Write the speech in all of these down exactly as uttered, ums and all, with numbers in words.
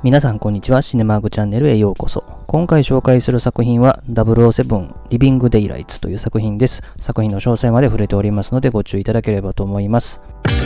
皆さんこんにちは。シネマーグチャンネルへようこそ。今回紹介する作品はダブルオーセブンリビングデイライツという作品です。作品の詳細まで触れておりますのでご注意いただければと思います。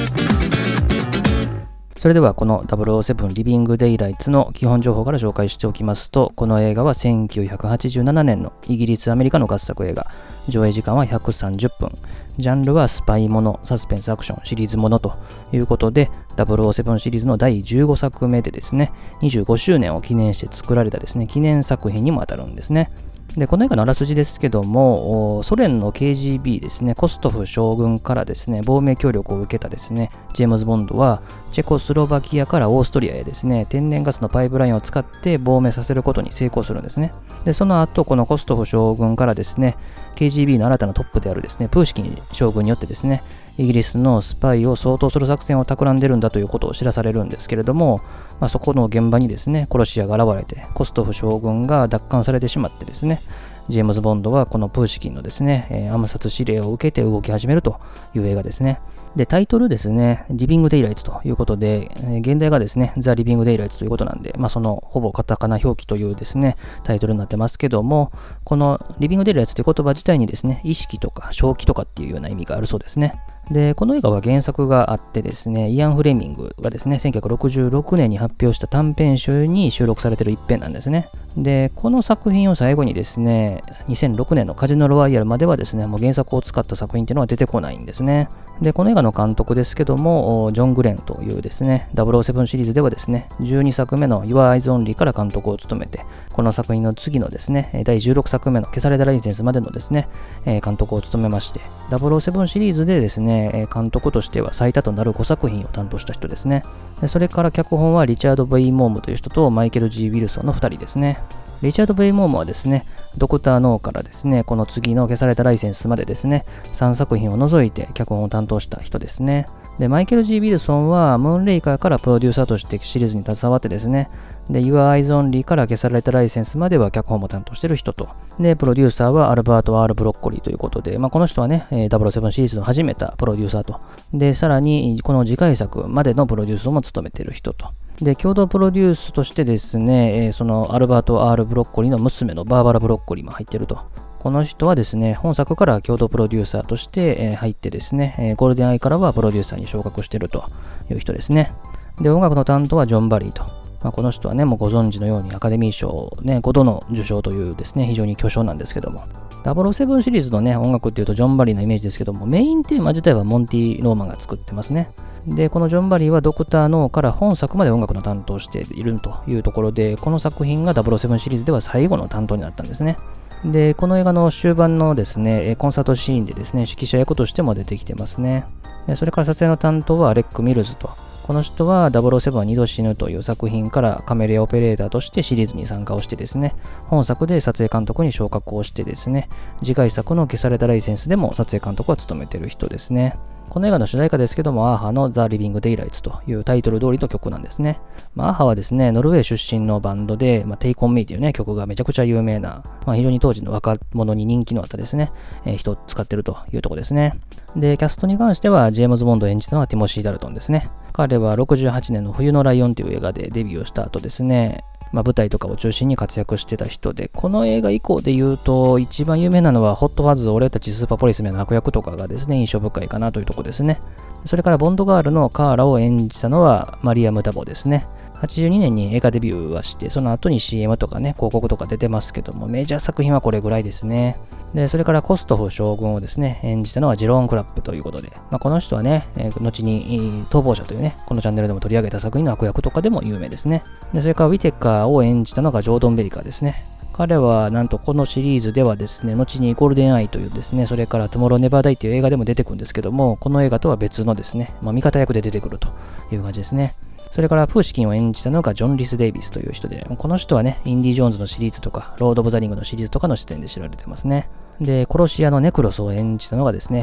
それではこのダブルオーセブンリビングデイライツの基本情報から紹介しておきますと、この映画はせんきゅうひゃくはちじゅうななねんのイギリス・アメリカの合作映画。上映時間はひゃくさんじゅっぷん。ジャンルはスパイもの、サスペンスアクション、シリーズものということで、ダブルオーセブンシリーズのだいじゅうごさくめでですね、にじゅうごしゅうねんを記念して作られたですね、記念作品にもあたるんですね。で、この映画のあらすじですけども、ソ連の ケージービー ですね、コストフ将軍からですね、亡命協力を受けたですね、ジェームズ・ボンドは、チェコスロバキアからオーストリアへですね、天然ガスのパイプラインを使って亡命させることに成功するんですね。で、その後、このコストフ将軍からですね、ケージービー の新たなトップであるですね、プーシキン将軍によってですね、イギリスのスパイを掃討する作戦を企んでるんだということを知らされるんですけれども、まあ、そこの現場にですね、殺し屋が現れて、コストフ将軍が奪還されてしまってですね、ジェームズ・ボンドはこのプーシキンのですね、えー、暗殺指令を受けて動き始めるという映画ですね。で、タイトルですね、リビング・デイライツということで、えー、現代がですね、ザ・リビング・デイライツということなんで、まあ、そのほぼカタカナ表記というですね、タイトルになってますけども、このリビング・デイライツという言葉自体にですね、意識とか正気とかっていうような意味があるそうですね。で、この映画は原作があってですね、イアン・フレミングがですね、せんきゅうひゃくろくじゅうろくねんに発表した短編集に収録されている一編なんですね。で、この作品を最後にですね、にせんろくねんのカジノロワイヤルまではですね、もう原作を使った作品っていうのは出てこないんですね。で、この映画の監督ですけども、ジョン・グレンというですね、ダブルオーセブンシリーズではですね、じゅうにさくめの Your Eyes Only から監督を務めて、この作品の次のですね、だいじゅうろくさくめの消されたライセンスまでのですね、監督を務めまして、ダブルオーセブンシリーズでですね、監督としては最多となるごさく品を担当した人ですね。で、それから脚本はリチャード・ベイ・モームという人とマイケル・ジー・ウィルソンのふたりですね。リチャード・ベイ・モームはですね、ドクター・ノーからですね、この次の消されたライセンスまでですね、さんさく品を除いて脚本を担当した人ですね。で、マイケル・ジー・ウィルソンはムーンレイカーからプロデューサーとしてシリーズに携わってですね、で、Your Eyes Only から消されたライセンスまでは脚本も担当している人と、で、プロデューサーはアルバート・アール・ブロッコリーということで、まあ、この人はね、ダブルオーセブンシリーズの始めたプロデューサーと、で、さらにこの次回作までのプロデュースをも務めている人と、で、共同プロデュースとしてですね、そのアルバート・アール・ブロッコリーの娘のバーバラ・ブロッコリーも入っていると。この人はですね、本作から共同プロデューサーとして入ってですね、ゴールデンアイからはプロデューサーに昇格しているという人ですね。で、音楽の担当はジョン・バリーと。まあ、この人はね、もうご存知のようにアカデミー賞をね、ごどの受賞というですね、非常に巨匠なんですけども。ダブルオーセブンシリーズのね、音楽っていうとジョン・バリーのイメージですけども、メインテーマ自体はモンティ・ローマンが作ってますね。で、このジョン・バリーはドクター・ノーから本作まで音楽の担当をしているというところで、この作品がダブルオーセブンシリーズでは最後の担当になったんですね。で、この映画の終盤のですね、コンサートシーンでですね、指揮者役としても出てきてますね。で、それから撮影の担当はアレック・ミルズと。この人はダブルオーセブンはにど死ぬという作品からカメレアオペレーターとしてシリーズに参加をしてですね、本作で撮影監督に昇格をしてですね、次回作の消されたライセンスでも撮影監督は務めている人ですね。この映画の主題歌ですけども、アーハのザ・リビング・デイライツというタイトル通りの曲なんですね。まあ、アーハはですね、ノルウェー出身のバンドで、まあ、Take On Me というね、曲がめちゃくちゃ有名な、まあ、非常に当時の若者に人気のあったですね、えー、人を使ってるというところですね。で、キャストに関しては、ジェームズ・ボンドを演じたのはティモシー・ダルトンですね。彼はろくじゅうはちねんの冬のライオンという映画でデビューをした後ですね、まあ、舞台とかを中心に活躍してた人で、この映画以降で言うと、一番有名なのは、ホットワーズ俺たちスーパーポリスメンの悪役とかがですね、印象深いかなというところですね。それから、ボンドガールのカーラを演じたのは、マリアム・タボですね。はちじゅうにねんに映画デビューはして、その後に シーエム とかね、広告とか出てますけども、メジャー作品はこれぐらいですね。で、それからコストフ将軍をですね、演じたのはジェローン・クラップということで、まあ、この人はね、えー、後に逃亡者というね、このチャンネルでも取り上げた作品の悪役とかでも有名ですね。で、それからウィテッカーを演じたのがジョードン・ベリカーですね。彼はなんとこのシリーズではですね、後にゴールデンアイというですね、それからトゥモローネバーダイという映画でも出てくるんですけども、この映画とは別のですね、まあ、味方役で出てくるという感じですね。それからプーシキンを演じたのがジョン・リス・デイビスという人で、この人はね、インディ・ジョーンズのシリーズとか、ロード・オブ・ザ・リングのシリーズとかの視点で知られてますね。で、殺し屋のネクロスを演じたのがですね、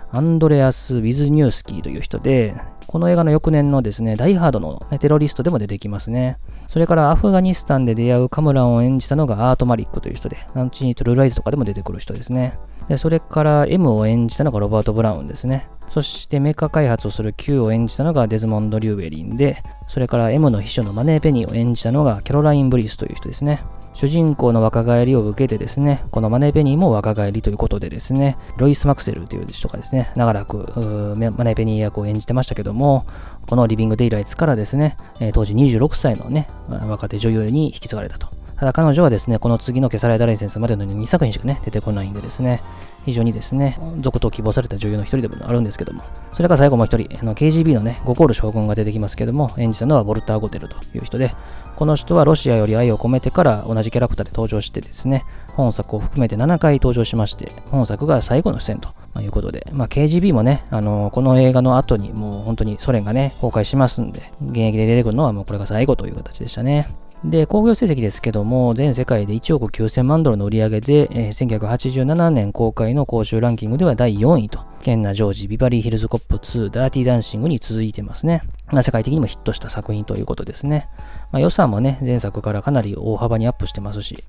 アンドレアス・ウィズニュースキーという人で、この映画の翌年のですね、ダイハードの、ね、テロリストでも出てきますね。それからアフガニスタンで出会うカムランを演じたのがアート・マリックという人で、後にトゥルーライズとかでも出てくる人ですね。で、それから M を演じたのがロバート・ブラウンですね。そしてメカ開発をする Q を演じたのがデズモンド・リューベリンで、それから M の秘書のマネー・ペニーを演じたのがキャロライン・ブリースという人ですね。主人公の若返りを受けてですね、このマネー・ペニーも若返りということでですね、ロイス・マクセルという人がですね、長らくマネー・ペニー役を演じてましたけども、このリビング・デイライツからですね、当時にじゅうろくさいのね、若手女優に引き継がれたと。ただ彼女はですね、この次の消されたライセンスまでのにさく品しかね、出てこないんでですね、非常にですね、続投希望された女優の一人でもあるんですけども、それから最後もう一人、あの ケージービー のね、ゴコール将軍が出てきますけども、演じたのはウォルター・ゴテルという人で、この人はロシアより愛を込めてから同じキャラクターで登場してですね、本作を含めてななかい登場しまして、本作が最後の出演ということで、まあ、ケージービー もね、あのー、この映画の後にもう本当にソ連がね、崩壊しますんで、現役で出てくるのはもうこれが最後という形でしたね。で、興行成績ですけども、全世界でいちおくきゅうせんまんドルの売り上げで、えー、せんきゅうひゃくはちじゅうななねん公開の興収ランキングではだいよんいと、ケンナ・ジョージ、ビバリー・ヒルズ・コップツー、ダーティー・ダンシングに続いてますね。まあ、世界的にもヒットした作品ということですね。まあ、予算もね、前作からかなり大幅にアップしてますし。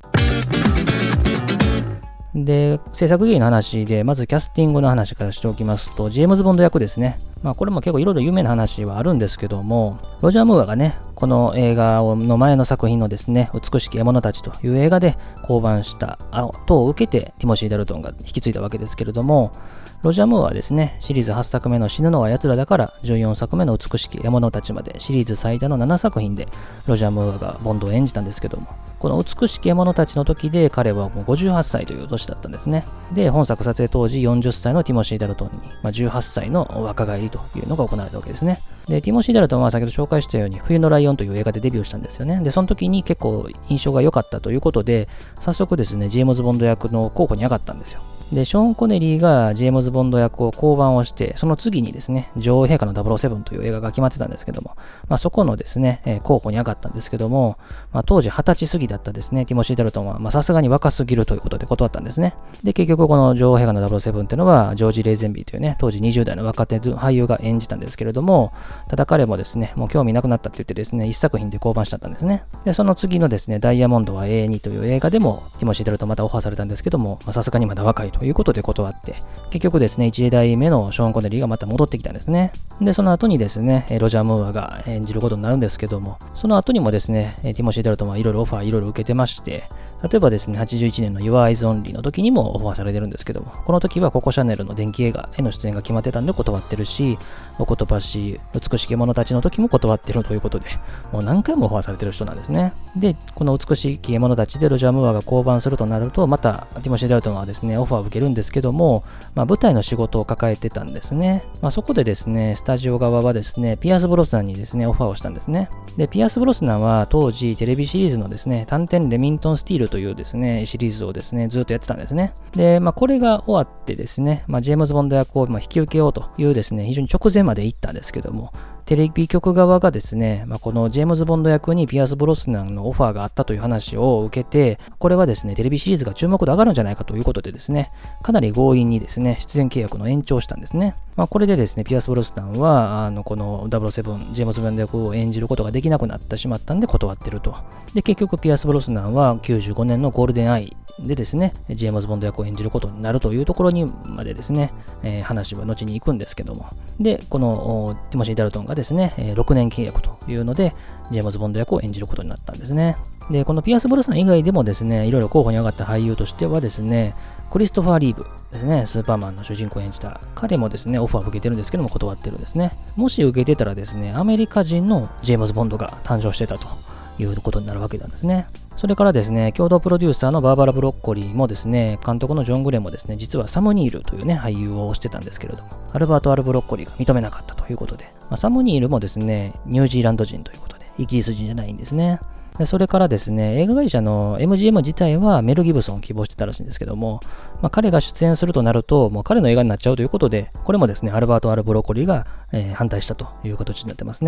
で、制作原因の話で、まずキャスティングの話からしておきますと、ジェームズ・ボンド役ですね。まあこれも結構いろいろ有名な話はあるんですけども、ロジャー・ムーアがね、この映画の前の作品のですね、美しき獲物たちという映画で降板した後を受けてティモシー・ダルトンが引き継いだわけですけれども、ロジャー・ムーアはですね、シリーズはっさくめの死ぬのは奴らだからじゅうよんさくめの美しき獲物たちまでシリーズ最多のななさく品でロジャー・ムーアがボンドを演じたんですけども、この美しき獲物たちの時で彼はもうごじゅうはっさいという年だったんですね。で、本作撮影当時よんじゅっさいのティモシー・ダルトンに、まあ、じゅうはっさいの若返りというのが行われたわけですね。で、ティモシー・ダルトンは先ほど紹介したように冬のライオンという映画でデビューしたんですよね。で、その時に結構印象が良かったということで、早速ですね、ジェームズ・ボンド役の候補に上がったんですよ。で、ショーン・コネリーがジェームズ・ボンド役を降板をして、その次にですね、女王陛下のダブルオーセブンという映画が決まってたんですけども、まあ、そこのですね、えー、候補に上がったんですけども、まあ、当時はたち過ぎだったですね、ティモシー・ダルトンは、さすがに若すぎるということで断ったんですね。で、結局この女王陛下のダブルオーセブンっていうのは、ジョージ・レイゼンビーというね、当時にじゅうだいの若手俳優が演じたんですけれども、ただ彼もですね、もう興味なくなったって言ってですね、一作品で降板しちゃったんですね。で、その次のですね、ダイヤモンドは永遠にという映画でも、ティモシー・ダルトンまたオファーされたんですけども、さすがにまだ若いということで断って、結局ですね、いちだいめのショーン・コネリーがまた戻ってきたんですね。で、その後にですね、ロジャー・ムーアが演じることになるんですけども、その後にもですね、ティモシー・ダルトンはいろいろオファーいろいろ受けてまして、例えばですね、はちじゅういちねんの Your Eyes Only の時にもオファーされてるんですけども、この時はココ・シャネルの電気映画への出演が決まってたんで断ってるし、おことばし、美しき者たちの時も断ってるということで、もう何回もオファーされてる人なんですね。で、この美しき者たちでロジャー・ムーアが降板するとなると、またティモシー・ダルトンはですね、オファーを受けるんですけども、まあ、舞台の仕事を抱えてたんですね。まあ、そこでですね、スタジオ側はですね、ピアース・ブロスナンにですね、オファーをしたんですね。で、ピアース・ブロスナンは当時テレビシリーズのですね、探偵レミントン・スティールというですね、シリーズをですね、ずっとやってたんですね。で、まあ、これが終わってですね、まあ、ジェームズ・ボンド役をまあ引き受けようというですね、非常に直前まで行ったんですけども、テレビ局側がですね、まあ、このジェームズ・ボンド役にピアース・ブロスナンのオファーがあったという話を受けて、これはですね、テレビシリーズが注目度上がるんじゃないかということでですね、かなり強引にですね、出演契約の延長したんですね。まあ、これでですね、ピアース・ブロスナンは、あの、このダブルオーセブン、ジェームズ・ボンド役を演じることができなくなってしまったんで断ってると。で、結局ピアース・ブロスナンはきゅうじゅうごねんのゴールデンアイでですね、ジェームズ・ボンド役を演じることになるというところにまでですね、えー、話は後に行くんですけども。で、このティモシー・ダルトンがですね、ろくねん契約というので、ジェームズ・ボンド役を演じることになったんですね。で、このピアース・ブロスナン以外でもですね、いろいろ候補に上がった俳優としてはですね、クリストファー・リーブですね、スーパーマンの主人公を演じた。彼もですね、オファーを受けてるんですけども断ってるんですね。もし受けてたらですね、アメリカ人のジェームズ・ボンドが誕生してたということになるわけなんですね。それからですね、共同プロデューサーのバーバラ・ブロッコリーもですね、監督のジョン・グレンもですね、実はサム・ニールというね、俳優を推してたんですけれども、アルバート・アル・ブロッコリーが認めなかったということで、まあ、サム・ニールもですね、ニュージーランド人ということで、イギリス人じゃないんですね。でそれからですね、映画会社の エムジーエム 自体はメル・ギブソンを希望してたらしいんですけども、まあ、彼が出演するとなると、もう彼の映画になっちゃうということで、これもですね、アルバート・アル・ブロッコリーが、えー、反対したという形になってますね。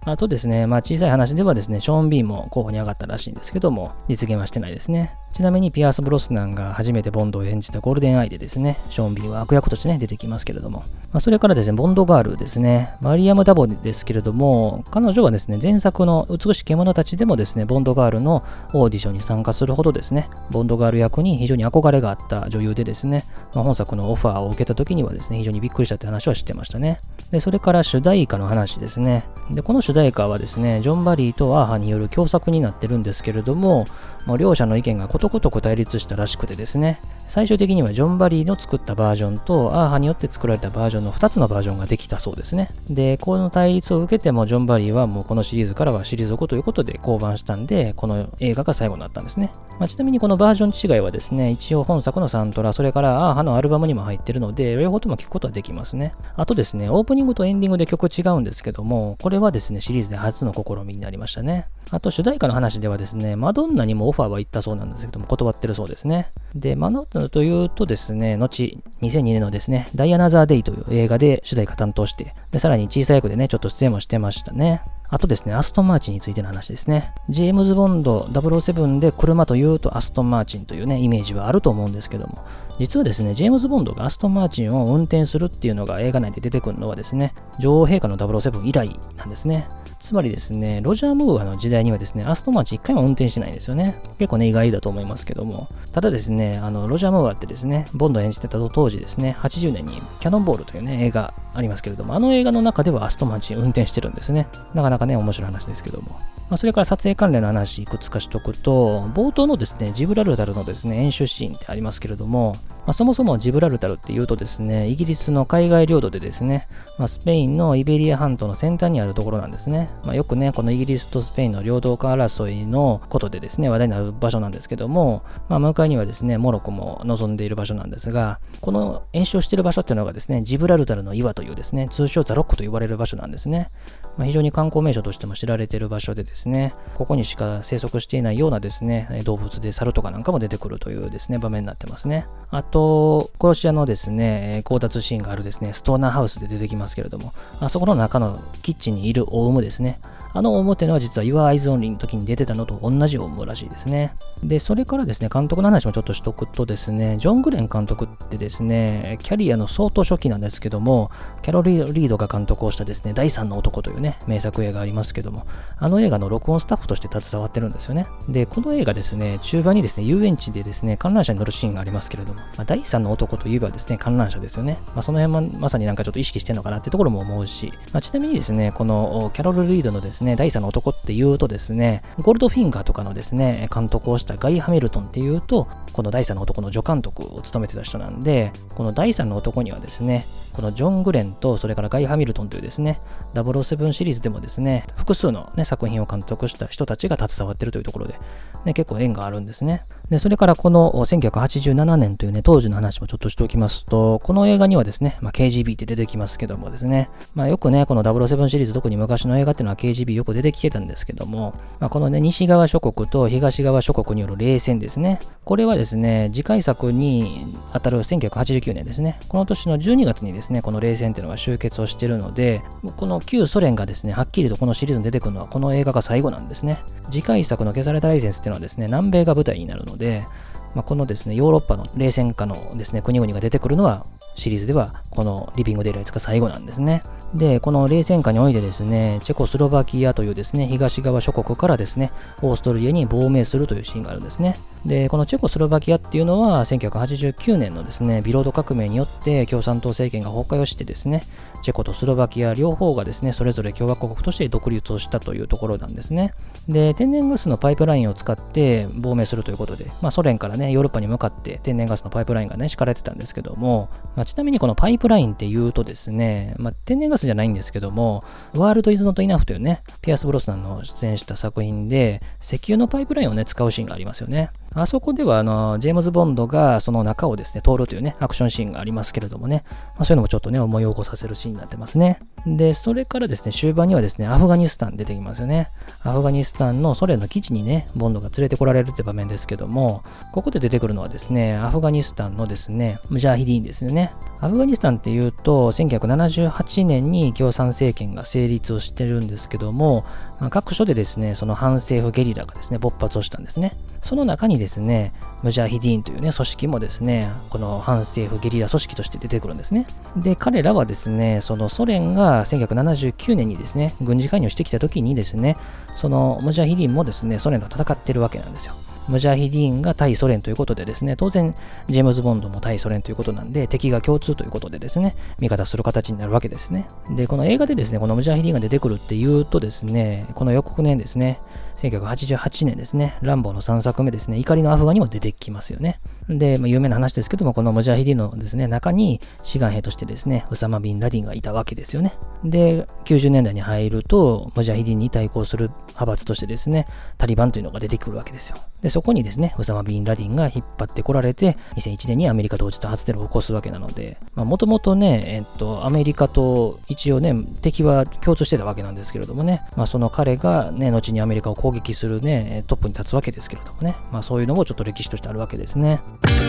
あとですね、まあ小さい話ではですね、ショーン・ビーンも候補に上がったらしいんですけども、実現はしてないですね。ちなみにピアース・ブロスナンが初めてボンドを演じたゴールデンアイでですね、ショーン・ビーンは悪役としてね、出てきますけれども。まあ、それからですね、ボンドガールですね、マリアム・ダボですけれども、彼女はですね、前作の美しい獣たちでもですね、ボンドガールのオーディションに参加するほどですね、ボンドガール役に非常に憧れがあった女優でですね、まあ、本作のオファーを受けた時にはですね、非常にびっくりしたって話は知ってましたね。で、それから主題歌の話ですね。で、この主題歌はですね、ジョン・バリーとアーハによる共作になってるんですけれども、もう両者の意見がことごとく対立したらしくてですね、最終的にはジョン・バリーの作ったバージョンとアーハによって作られたバージョンのふたつのバージョンができたそうですね。で、この対立を受けてもジョン・バリーはもうこのシリーズからは退くということで降板したんで、この映画が最後になったんですね。まあ、ちなみにこのバージョン違いはですね、一応本作のサントラ、それからアーハのアルバムにも入ってるので、両方とも聴くことはできますね。あとですね、オープニングとエンディングで曲違うんですけども、これはですね、シリーズで初の試みになりましたね。あと主題歌の話ではですね、マドンナにもオファーは行ったそうなんですけども、断ってるそうですね。で、マドンナというとですね、後、にせんにねんのですね、ダイアナザーデイという映画で主題歌担当して、で、さらに小さい役でね、ちょっと出演もしてましたね。あとですね、アストンマーチンについての話ですね。ジェームズ・ボンドダブルオーセブンで車というとアストンマーチンというね、イメージはあると思うんですけども、実はですね、ジェームズ・ボンドがアストンマーチンを運転するっていうのが映画内で出てくるのはですね、女王陛下のダブルオーセブン以来なんですね。つまりですね、ロジャー・ムーアの時代にはですね、アストンマーチン一回も運転してないんですよね。結構ね、意外だと思いますけども。ただですね、あの、ロジャー・ムーアってですね、ボンドを演じてた当時ですね、はちじゅうねんにキャノンボールというね、映画ありますけれども、あの映画の中ではアストンマーチン運転してるんですね。なかなかね、面白い話ですけども。まあ、それから撮影関連の話いくつかしとくと、冒頭のですね、ジブラルタルのですね、演習シーンってありますけれども、まあ、そもそもジブラルタルっていうとですね、イギリスの海外領土でですね、まあ、スペインのイベリア半島の先端にあるところなんですね。まあ、よくね、このイギリスとスペインの領土間争いのことでですね、話題になる場所なんですけども、まあ、向かいにはですね、モロッコも望んでいる場所なんですが、この演習している場所っていうのがですね、ジブラルタルの岩というですね、通称ザロックと呼ばれる場所なんですね。まあ、非常に観光名所としても知られている場所でですね、ここにしか生息していないようなですね、動物で猿とかなんかも出てくるというですね、場面になってますね。あと、殺し屋のですね、強奪シーンがあるですね、ストーナーハウスで出てきますけれども、あそこの中のキッチンにいるオウムですね。あのオウムっていうのは実は Your Eyes Only の時に出てたのと同じオウムらしいですね。で、それからですね、監督の話もちょっとしとくとですね、ジョン・グレン監督ってですね、キャリアの相当初期なんですけども、キャロリー・リードが監督をしたですね、第三の男というね、名作映画ありますけども、あの映画の録音スタッフとして携わってるんですよね。で、この映画ですね、中盤にですね、遊園地でですね、観覧車に乗るシーンがありますけれども、まあ、第三の男といえばですね、観覧車ですよね。まあ、その辺もまさになんかちょっと意識してるのかなってところも思うし、まあ、ちなみにですね、このキャロル・リードのですね、第三の男っていうとですね、ゴールドフィンガーとかのですね、監督をしたガイ・ハミルトンっていうと、この第三の男の助監督を務めてた人なんで、この第三の男にはですね、このジョン・グレンとそれからガイ・ハミルトンというですね、ダブルオーセブンシリーズでもですね、複数の、ね、作品を監督した人たちが携わっているというところで、ね、結構縁があるんですね。で、それからこのせんきゅうひゃくはちじゅうななねんというね、当時の話もちょっとしておきますと、この映画にはですね、まあ、ケージービー って出てきますけどもですね、まあ、よくね、このダブルオーセブンシリーズ、特に昔の映画っていうのは ケージービー よく出てきてたんですけども、まあ、このね、西側諸国と東側諸国による冷戦ですね。これはですね、次回作に当たるせんきゅうひゃくはちじゅうきゅうねんですね。この年のじゅうにがつにですね、この冷戦っていうのが終結をしているので、この旧ソ連がですね、はっきりとこのシリーズに出てくるのはこの映画が最後なんですね。次回作の消されたライセンスっていうのはですね、南米が舞台になるので、まあ、このですね、ヨーロッパの冷戦下のですね、国々が出てくるのは、シリーズではこのリビングデイライツが最後なんですね。で、この冷戦下においてですね、チェコスロバキアというですね、東側諸国からですね、オーストリアに亡命するというシーンがあるんですね。で、このチェコスロバキアっていうのはせんきゅうひゃくはちじゅうきゅうねんのですね、ビロード革命によって共産党政権が崩壊をしてですね、チェコとスロバキア両方がですね、それぞれ共和国として独立をしたというところなんですね。で、天然ガスのパイプラインを使って亡命するということで、まあソ連からね、ヨーロッパに向かって天然ガスのパイプラインがね、敷かれてたんですけども、まあ、ちなみにこのパイプラインって言うとですね、まあ、天然ガスじゃないんですけども、ワールドイズノットイナフというね、ピアス・ブロスナンの出演した作品で、石油のパイプラインをね、使うシーンがありますよね。 あそこでは、あの、ジェームズ・ボンドがその中をですね、通るというね、アクションシーンがありますけれどもね、まあ、そういうのもちょっとね、思い起こさせるシーンになってますね。で、それからですね、終盤にはですね、アフガニスタン出てきますよね。アフガニスタンのソ連の基地にね、ボンドが連れてこられるって場面ですけども、ここで出てくるのはですね、アフガニスタンのですね、ムジャヒディーンですよね。アフガニスタンっていうと、せんきゅうひゃくななじゅうはちねんに共産政権が成立をしてるんですけども、まあ、各所でですね、その反政府ゲリラがですね、勃発をしたんですね。その中にですね、ムジャヒディーンというね、組織もですね、この反政府ゲリラ組織として出てくるんですね。で、彼らはですね、そのソ連がせんきゅうひゃくななじゅうきゅうねんにですね、軍事介入してきた時にですね、そのムジャヒディーンもですね、ソ連と戦ってるわけなんですよ。ムジャヒディーンが対ソ連ということでですね、当然ジェームズ・ボンドも対ソ連ということなんで、敵が共通ということでですね、味方する形になるわけですね。で、この映画でですね、このムジャヒディーンが出てくるっていうとですね、この翌年ですね、せんきゅうひゃくはちじゅうはちねんですね、ランボーのさんさくめですね、怒りのアフガにも出てきますよね。で、まあ、有名な話ですけども、このムジャヒディーンのですね、中に志願兵としてですね、ウサマ・ビン・ラディンがいたわけですよね。で、きゅうじゅうねんだいに入ると、ムジャヒディーンに対抗する派閥としてですね、タリバンというのが出てくるわけですよ。で、そこにですね、ウサマ・ビン・ラディンが引っ張ってこられて、にせんいちねんにアメリカ同時多発テロを起こすわけなので、もともとね、えっと、アメリカと一応ね、敵は共通してたわけなんですけれどもね、まあ、その彼がね、後にアメリカを攻撃するね、トップに立つわけですけれどもね、まあ、そういうのもちょっと歴史としてあるわけですね。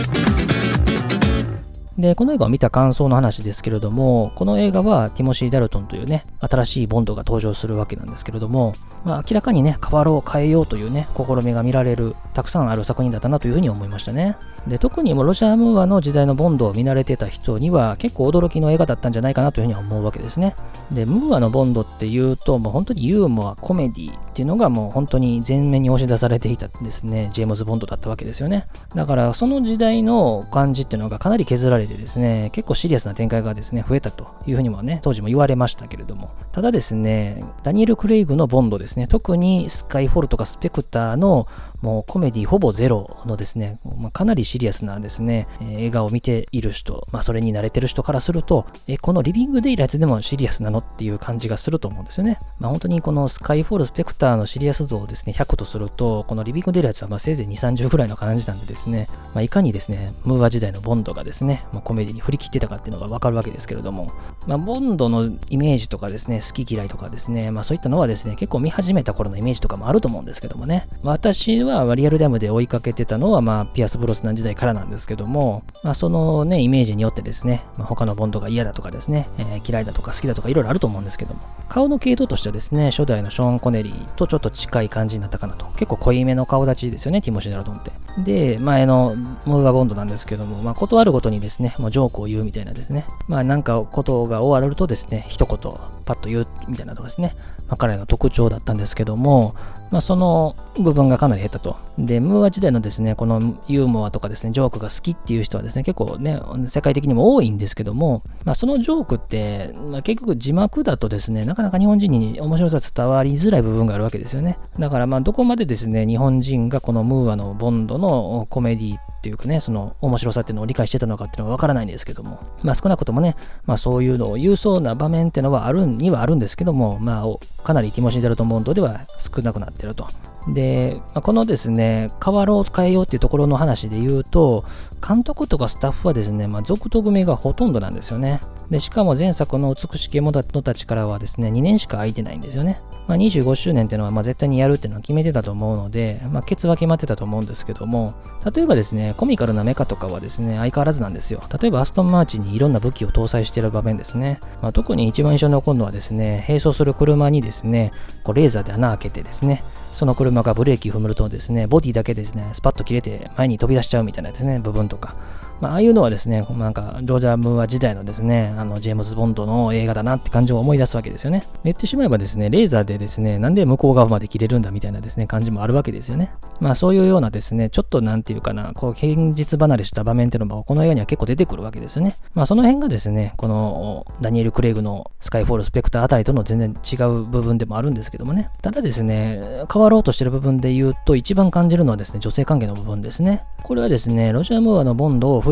で、この映画を見た感想の話ですけれども、この映画はティモシー・ダルトンというね、新しいボンドが登場するわけなんですけれども、まあ、明らかにね、変わろう、変えようというね、試みが見られる、たくさんある作品だったなというふうに思いましたね。で、特にもうロジャー・ムーアの時代のボンドを見慣れてた人には、結構驚きの映画だったんじゃないかなというふうに思うわけですね。で、ムーアのボンドっていうと、もう本当にユーモア、コメディっていうのがもう本当に前面に押し出されていたですね、ジェームズ・ボンドだったわけですよね。だから、その時代の感じっていうのがかなり削られてですね、結構シリアスな展開がですね、増えたというふうにもね、当時も言われましたけれども、ただですね、ダニエル・クレイグのボンドですね、特にスカイフォールとかスペクターのもうコメディほぼゼロのですね、まあ、かなりシリアスなですね、えー、映画を見ている人、まあ、それに慣れてる人からすると、えこのリビングデイライツでもシリアスなのっていう感じがすると思うんですよね。まあ、本当にこのスカイフォール、スペクターのシリアス度をですね、ひゃくとすると、このリビングデイライツはまあせいぜいに、さんじゅうぐらいの感じなんでですね、まあ、いかにですね、ムーア時代のボンドがですね、まあ、コメディに振り切ってたかっていうのがわかるわけですけれども、まあ、ボンドのイメージとかですね、好き嫌いとかですね、まあ、そういったのはですね、結構見始めた頃のイメージとかもあると思うんですけどもね、私はリアルタイムで追いかけてたのは、まあ、ピアス・ブロスナン時代からなんですけども、まあ、そのね、イメージによってですね、まあ、他のボンドが嫌だとかですね、えー、嫌いだとか好きだとかいろいろあると思うんですけども、顔の系統としてはですね、初代のショーン・コネリーとちょっと近い感じになったかなと。結構濃いめの顔立ちですよね、ティモシー・ダルトンって。で、前のムーア・ボンドなんですけども、まあ、ことあるごとにですね、もうジョークを言うみたいなですね、まあ、なんかことが終わるとですね、一言パッと言うみたいなとかですね、まあ、彼の特徴だったんですけども、まあ、その部分がかなり減ったと。で、ムーア時代のですね、このユーモアとかですね、ジョークが好きっていう人はですね、結構ね、世界的にも多いんですけども、まあ、そのジョークって、まあ、結局字幕だとですね、なかなか日本人に面白さ伝わりづらい部分があるわけですよね。だからまあ、どこまでですね、日本人がこのムーアのボンドのコメディっていうかね、その面白さっていうのを理解してたのかっていうのはわからないんですけども、まあ少なくともね、まあそういうのを言うそうな場面っていうのはあるにはあるんですけども、まあかなりティモシー・ダルトンボンドでは少なくなってると。で、まあ、このですね、変わろう変えようっていうところの話で言うと、監督とかスタッフはですね、まあ続投組がほとんどなんですよね。で、しかも前作の美しき者たちからはですね、にねんしか空いてないんですよね。まあにじゅうごしゅうねんっていうのはまあ絶対にやるっていうのは決めてたと思うので、まあケツは決まってたと思うんですけども、例えばですね、コミカルなメカとかはですね、相変わらずなんですよ。例えばアストンマーチンにいろんな武器を搭載している場面ですね。まあ、特に一番印象に残るのはですね、並走する車にですね、こうレーザーで穴開けてですね、その車がブレーキ踏むとですね、ボディだけですね、スパッと切れて前に飛び出しちゃうみたいなですね、部分とか。まあ、ああいうのはですね、なんか、ジョージャー・ムーア時代のですね、あの、ジェームズ・ボンドの映画だなって感じを思い出すわけですよね。言ってしまえばですね、レーザーでですね、なんで向こう側まで切れるんだみたいなですね、感じもあるわけですよね。まあ、そういうようなですね、ちょっとなんていうかな、こう、現実離れした場面っていうのも、この映画には結構出てくるわけですよね。まあ、その辺がですね、この、ダニエル・クレイグのスカイフォール・スペクターあたりとの全然違う部分でもあるんですけどもね。ただですね、変わろうとしてる部分で言うと、一番感じるのはですね、女性関係の部分ですね。これはですね、ロジャー・ムーアのボンドを振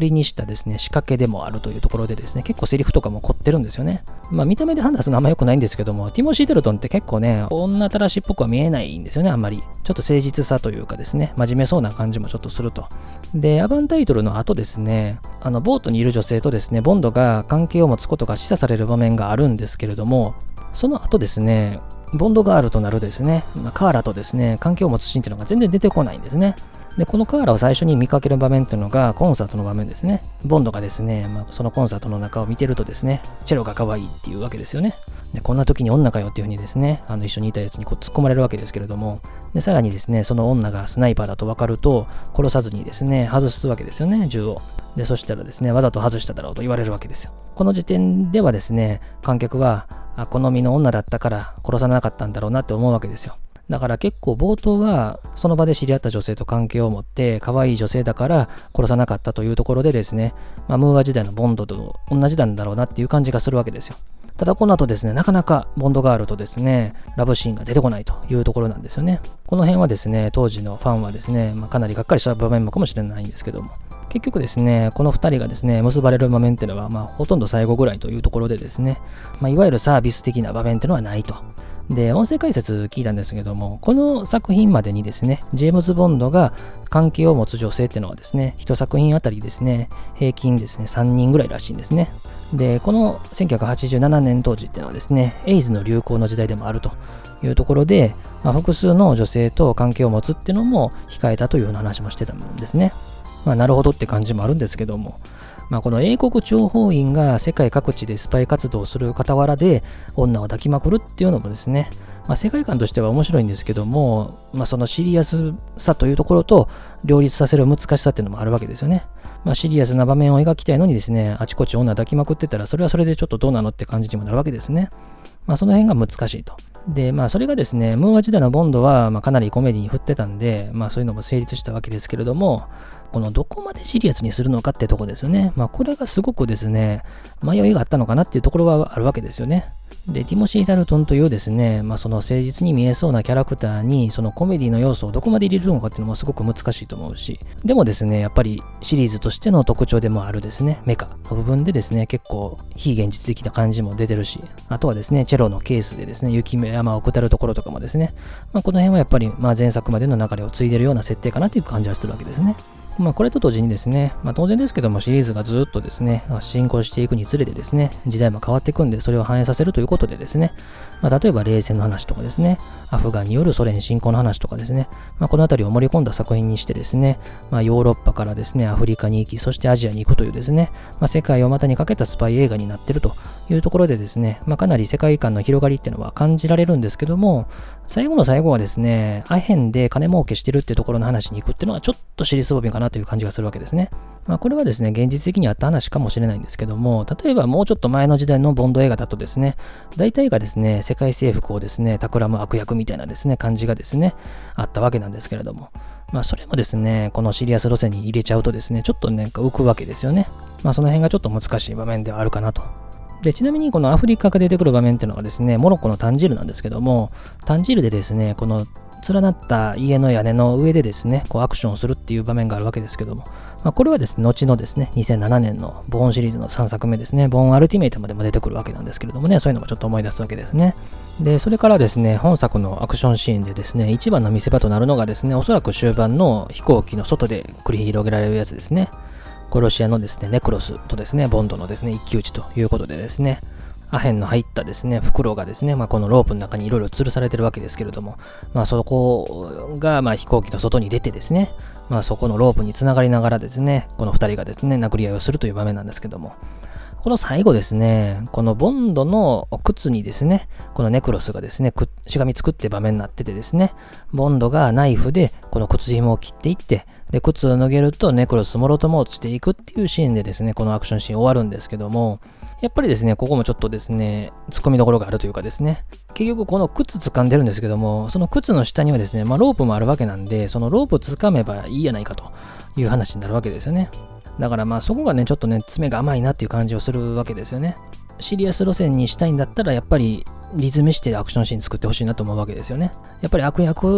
振りにしたですね、仕掛けでもあるというところでですね、結構セリフとかも凝ってるんですよね。まあ見た目で判断するのはあんま良くないんですけども、ティモシー・デルトンって結構ね、女たらしっぽくは見えないんですよね、あんまり。ちょっと誠実さというかですね、真面目そうな感じもちょっとすると。で、アバンタイトルの後ですね、あの、ボートにいる女性とですね、ボンドが関係を持つことが示唆される場面があるんですけれども、その後ですね、ボンドガールとなるですね、カーラとですね、関係を持つシーンっていうのが全然出てこないんですね。で、このカーラを最初に見かける場面っていうのがコンサートの場面ですね。ボンドがですね、まあ、そのコンサートの中を見てるとですね、チェロが可愛いっていうわけですよね。で、こんな時に女かよっていうふうにですね、あの一緒にいたやつにこう突っ込まれるわけですけれども、で、さらにですね、その女がスナイパーだと分かると、殺さずにですね、外すわけですよね、銃を。で、そしたらですね、わざと外しただろうと言われるわけですよ。この時点ではですね、観客は、あ、好みの女だったから殺さなかったんだろうなって思うわけですよ。だから結構冒頭はその場で知り合った女性と関係を持って可愛い女性だから殺さなかったというところでですね、まあ、ムーア時代のボンドと同じなんだろうなっていう感じがするわけですよ。ただこの後ですね、なかなかボンドガールとですね、ラブシーンが出てこないというところなんですよね。この辺はですね、当時のファンはですね、まあ、かなりがっかりした場面もかもしれないんですけども、結局ですね、このふたりがですね、結ばれる場面っていうのは、まあ、ほとんど最後ぐらいというところでですね、まあ、いわゆるサービス的な場面っていうのはないと。で、音声解説聞いたんですけども、この作品までにですね、ジェームズ・ボンドが関係を持つ女性っていうのはですね、一作品あたりですね、平均ですね、さんにんぐらいらしいんですね。で、このせんきゅうひゃくはちじゅうななねん当時っていうのはですね、エイズの流行の時代でもあるというところで、まあ、複数の女性と関係を持つっていうのも控えたというような話もしてたんですね。まあ、なるほどって感じもあるんですけども、まあ、この英国諜報員が世界各地でスパイ活動をする傍らで女を抱きまくるっていうのもですね、まあ、世界観としては面白いんですけども、まあ、そのシリアスさというところと両立させる難しさっていうのもあるわけですよね。まあ、シリアスな場面を描きたいのにですね、あちこち女抱きまくってたらそれはそれでちょっとどうなのって感じにもなるわけですね。まあ、その辺が難しいと。で、まあ、それがですね、ムーア時代のボンドは、まあ、かなりコメディに振ってたんで、まあ、そういうのも成立したわけですけれども、このどこまでシリアスにするのかってとこですよね。まあ、これがすごくですね、迷いがあったのかなっていうところはあるわけですよね。で、ティモシー・ダルトンというですね、まあ、その誠実に見えそうなキャラクターに、そのコメディの要素をどこまで入れるのかっていうのもすごく難しいと思うし、でもですね、やっぱりシリーズとしての特徴でもあるですね、メカの部分でですね、結構非現実的な感じも出てるし、あとはですね、チェロのケースでですね、雪山を下るところとかもですね、まあ、この辺はやっぱりまあ前作までの流れを継いでるような設定かなという感じはするわけですね。まあこれと同時にですね、まあ当然ですけどもシリーズがずっとですね、進行していくにつれてですね、時代も変わっていくんで、それを反映させるということでですね、まあ例えば冷戦の話とかですね、アフガンによるソ連侵攻の話とかですね、まあこのあたりを盛り込んだ作品にしてですね、まあヨーロッパからですね、アフリカに行き、そしてアジアに行くというですね、まあ世界を股にかけたスパイ映画になっているというところでですね、まあかなり世界観の広がりっていうのは感じられるんですけども、最後の最後はですね、アヘンで金儲けしてるっていうところの話に行くっていうのはちょっと尻すぼみかなという感じがするわけですね。まあこれはですね、現実的にあった話かもしれないんですけども、例えばもうちょっと前の時代のボンド映画だとですね、大体がですね、世界征服をですね、企む悪役みたいなですね、感じがですね、あったわけなんですけれども、まあそれもですね、このシリアス路線に入れちゃうとですね、ちょっとなんか浮くわけですよね。まあその辺がちょっと難しい場面ではあるかなと。で、ちなみにこのアフリカが出てくる場面っていうのがですね、モロッコのタンジールなんですけども、タンジールでですね、この連なった家の屋根の上でですね、こうアクションをするっていう場面があるわけですけども、まあ、これはですね、後のですね、にせんななねんのボーンシリーズのさんさくめですね、ボーンアルティメイトまでも出てくるわけなんですけれどもね、そういうのもちょっと思い出すわけですね。で、それからですね、本作のアクションシーンでですね、一番の見せ場となるのがですね、おそらく終盤の飛行機の外で繰り広げられるやつですね。殺し屋のですね、ネクロスとですね、ボンドのですね、一騎打ちということでですね、アヘンの入ったですね、袋がですね、まあ、このロープの中にいろいろ吊るされてるわけですけれども、まあ、そこが、まあ、飛行機の外に出てですね、まあ、そこのロープにつながりながらですね、この二人がですね、殴り合いをするという場面なんですけども、この最後ですね、このボンドの靴にですね、このネクロスがですね、しがみつくって場面になっててですね、ボンドがナイフでこの靴紐を切っていって、で、靴を脱げるとネクロスもろとも落ちていくっていうシーンでですね、このアクションシーン終わるんですけども、やっぱりですね、ここもちょっとですね、突っ込みどころがあるというかですね、結局この靴掴んでるんですけども、その靴の下にはですね、まあロープもあるわけなんで、そのロープ掴めばいいやないかという話になるわけですよね。だからまあそこがね、ちょっとね、爪が甘いなっていう感じをするわけですよね。シリアス路線にしたいんだったら、やっぱりリズムしてアクションシーン作ってほしいなと思うわけですよね。やっぱり悪役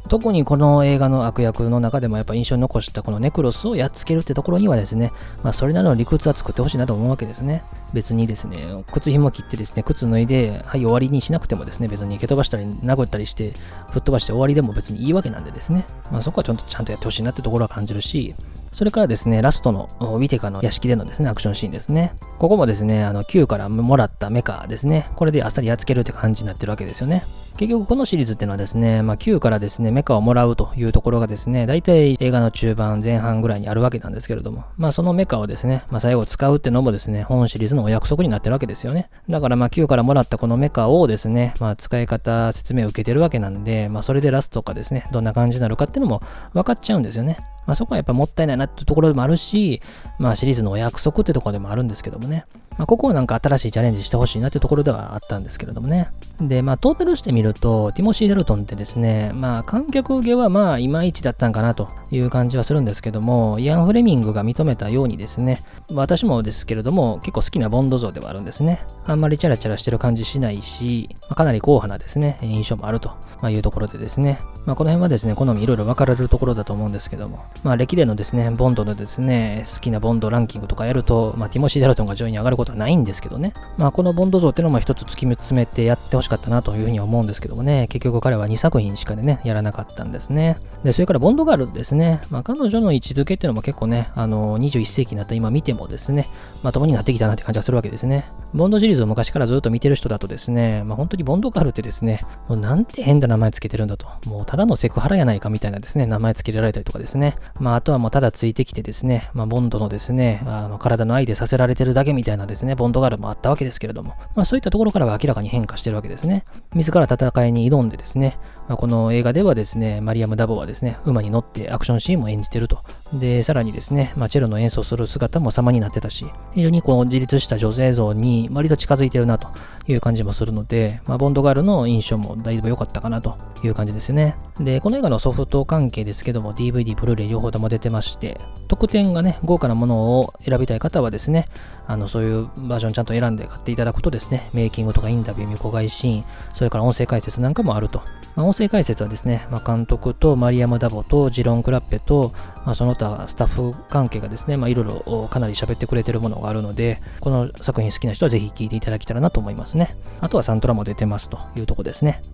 特にこの映画の悪役の中でもやっぱ印象に残したこのネクロスをやっつけるってところにはですね、まあそれなりの理屈は作ってほしいなと思うわけですね。別にですね、靴紐切ってですね、靴脱いで、はい終わりにしなくてもですね、別に蹴飛ばしたり殴ったりして、吹っ飛ばして終わりでも別にいいわけなんでですね、まあそこはちゃんとちゃんとやってほしいなってところは感じるし、それからですね、ラストのウィテカの屋敷でのですね、アクションシーンですね。ここもですね、あの Q からもらったメカですね。これであっさりやっつけるって感じになってるわけですよね。結局このシリーズっていうのはですね、まあ Q からですね、メカをもらうというところがですね、大体映画の中盤前半ぐらいにあるわけなんですけれども、まあそのメカをですね、まあ最後使うってのもですね、本シリーズのお約束になってるわけですよね。だからまあ Q からもらったこのメカをですね、まあ使い方説明を受けてるわけなんで、まあそれでラストかですね、どんな感じになるかっていうのも分かっちゃうんですよね。まあそこはやっぱもったいないなってところでもあるし、まあシリーズのお約束ってところでもあるんですけどもね。まあここはなんか新しいチャレンジしてほしいなってところではあったんですけれどもね。で、まあトータルしてみると、ティモシー・ダルトンってですね、まあ観客受けはまあいまいちだったんかなという感じはするんですけども、イアン・フレミングが認めたようにですね、私もですけれども結構好きなボンド像ではあるんですね。あんまりチャラチャラしてる感じしないし、まあ、かなり硬派なですね、印象もあるというところでですね、まあこの辺はですね、好みいろいろ分かれるところだと思うんですけども、まあ歴でのですね、ボンドのですね、好きなボンドランキングとかやると、まあティモシー・ダルトンが上位に上がることはないんですけどね、まあこのボンド像っていうのも一つ突き詰めてやってほしかったなというふうに思うんですけどもね、結局彼はにさく品しかでね、やらなかったんですね。で、それからボンドガールですね、まあ彼女の位置づけっていうのも結構ね、あのにじゅういっせいきになった今見てもですね、まともになってきたなって感じがするわけですね。ボンドシリーズを昔からずっと見てる人だとですね、まあ本当にボンドガールってですね、もうなんて変な名前つけてるんだと、もうただのセクハラやないかみたいなですね、名前つけられたりとかですね、まああとはもうただついてきてですね、まあボンドのですね、あの体の愛でさせられてるだけみたいなですね、ボンドガールもあったわけですけれども、まあそういったところからは明らかに変化してるわけですね。自ら戦いに挑んでですね、まあ、この映画ではですね、マリアム・ダボはですね、馬に乗ってアクションシーンも演じてると。で、さらにですね、まあ、チェロの演奏する姿も様になってたし、非常にこう自立した女性像に割と近づいてるなという感じもするので、まあ、ボンドガールの印象もだいぶ良かったかなという感じですね。で、この映画のソフト関係ですけども、ディーブイディー、ブルーレイ両方とも出てまして、特典がね、豪華なものを選びたい方はですね、あの、そういうバージョンちゃんと選んで買っていただくとですね、メイキングとかインタビュー、未公開シーン、それから音声解説なんかもあると。まあ、音声解説はですね、まあ、監督とマリアム・ダボとジロン・クラッペと、まあ、その他スタッフ関係がですね、まあ、いろいろかなり喋ってくれてるものがあるので、この作品好きな人はぜひ聴いていただけたらなと思いますね。あとはサントラも出てますというところですね。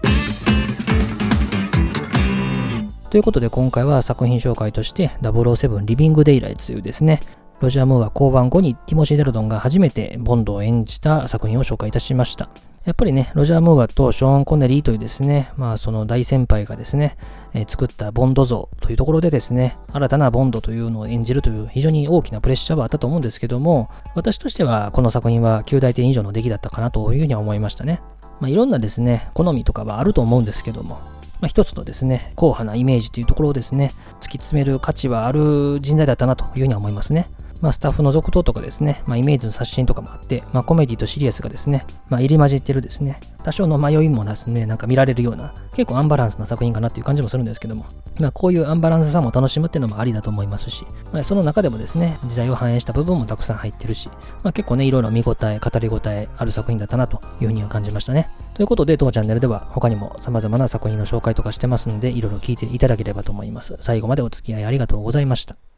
ということで今回は作品紹介としてダブルオーセブンリビングデイライツというですね、ロジャー・ムーア降板後にティモシー・ダルトンが初めてボンドを演じた作品を紹介いたしました。やっぱりね、ロジャー・ムーアとショーン・コネリーというですね、まあその大先輩がですね、えー、作ったボンド像というところでですね、新たなボンドというのを演じるという非常に大きなプレッシャーはあったと思うんですけども、私としてはこの作品はきゅうだいてん以上の出来だったかなというふうには思いましたね。まあいろんなですね、好みとかはあると思うんですけども、まあ、一つのですね、硬派なイメージというところをですね、突き詰める価値はある人材だったなというふうには思いますね。まあ、スタッフの続投とかですね、まあ、イメージの刷新とかもあって、まあ、コメディとシリアスがですね、まあ、入り混じってるですね、多少の迷いもですね、なんか見られるような、結構アンバランスな作品かなっていう感じもするんですけども、まあ、こういうアンバランスさも楽しむっていうのもありだと思いますし、まあ、その中でもですね、時代を反映した部分もたくさん入ってるし、まあ、結構ね、いろいろ見応え、語り応えある作品だったなというふうには感じましたね。ということで、当チャンネルでは他にも様々な作品の紹介とかしてますので、いろいろ聞いていただければと思います。最後までお付き合いありがとうございました。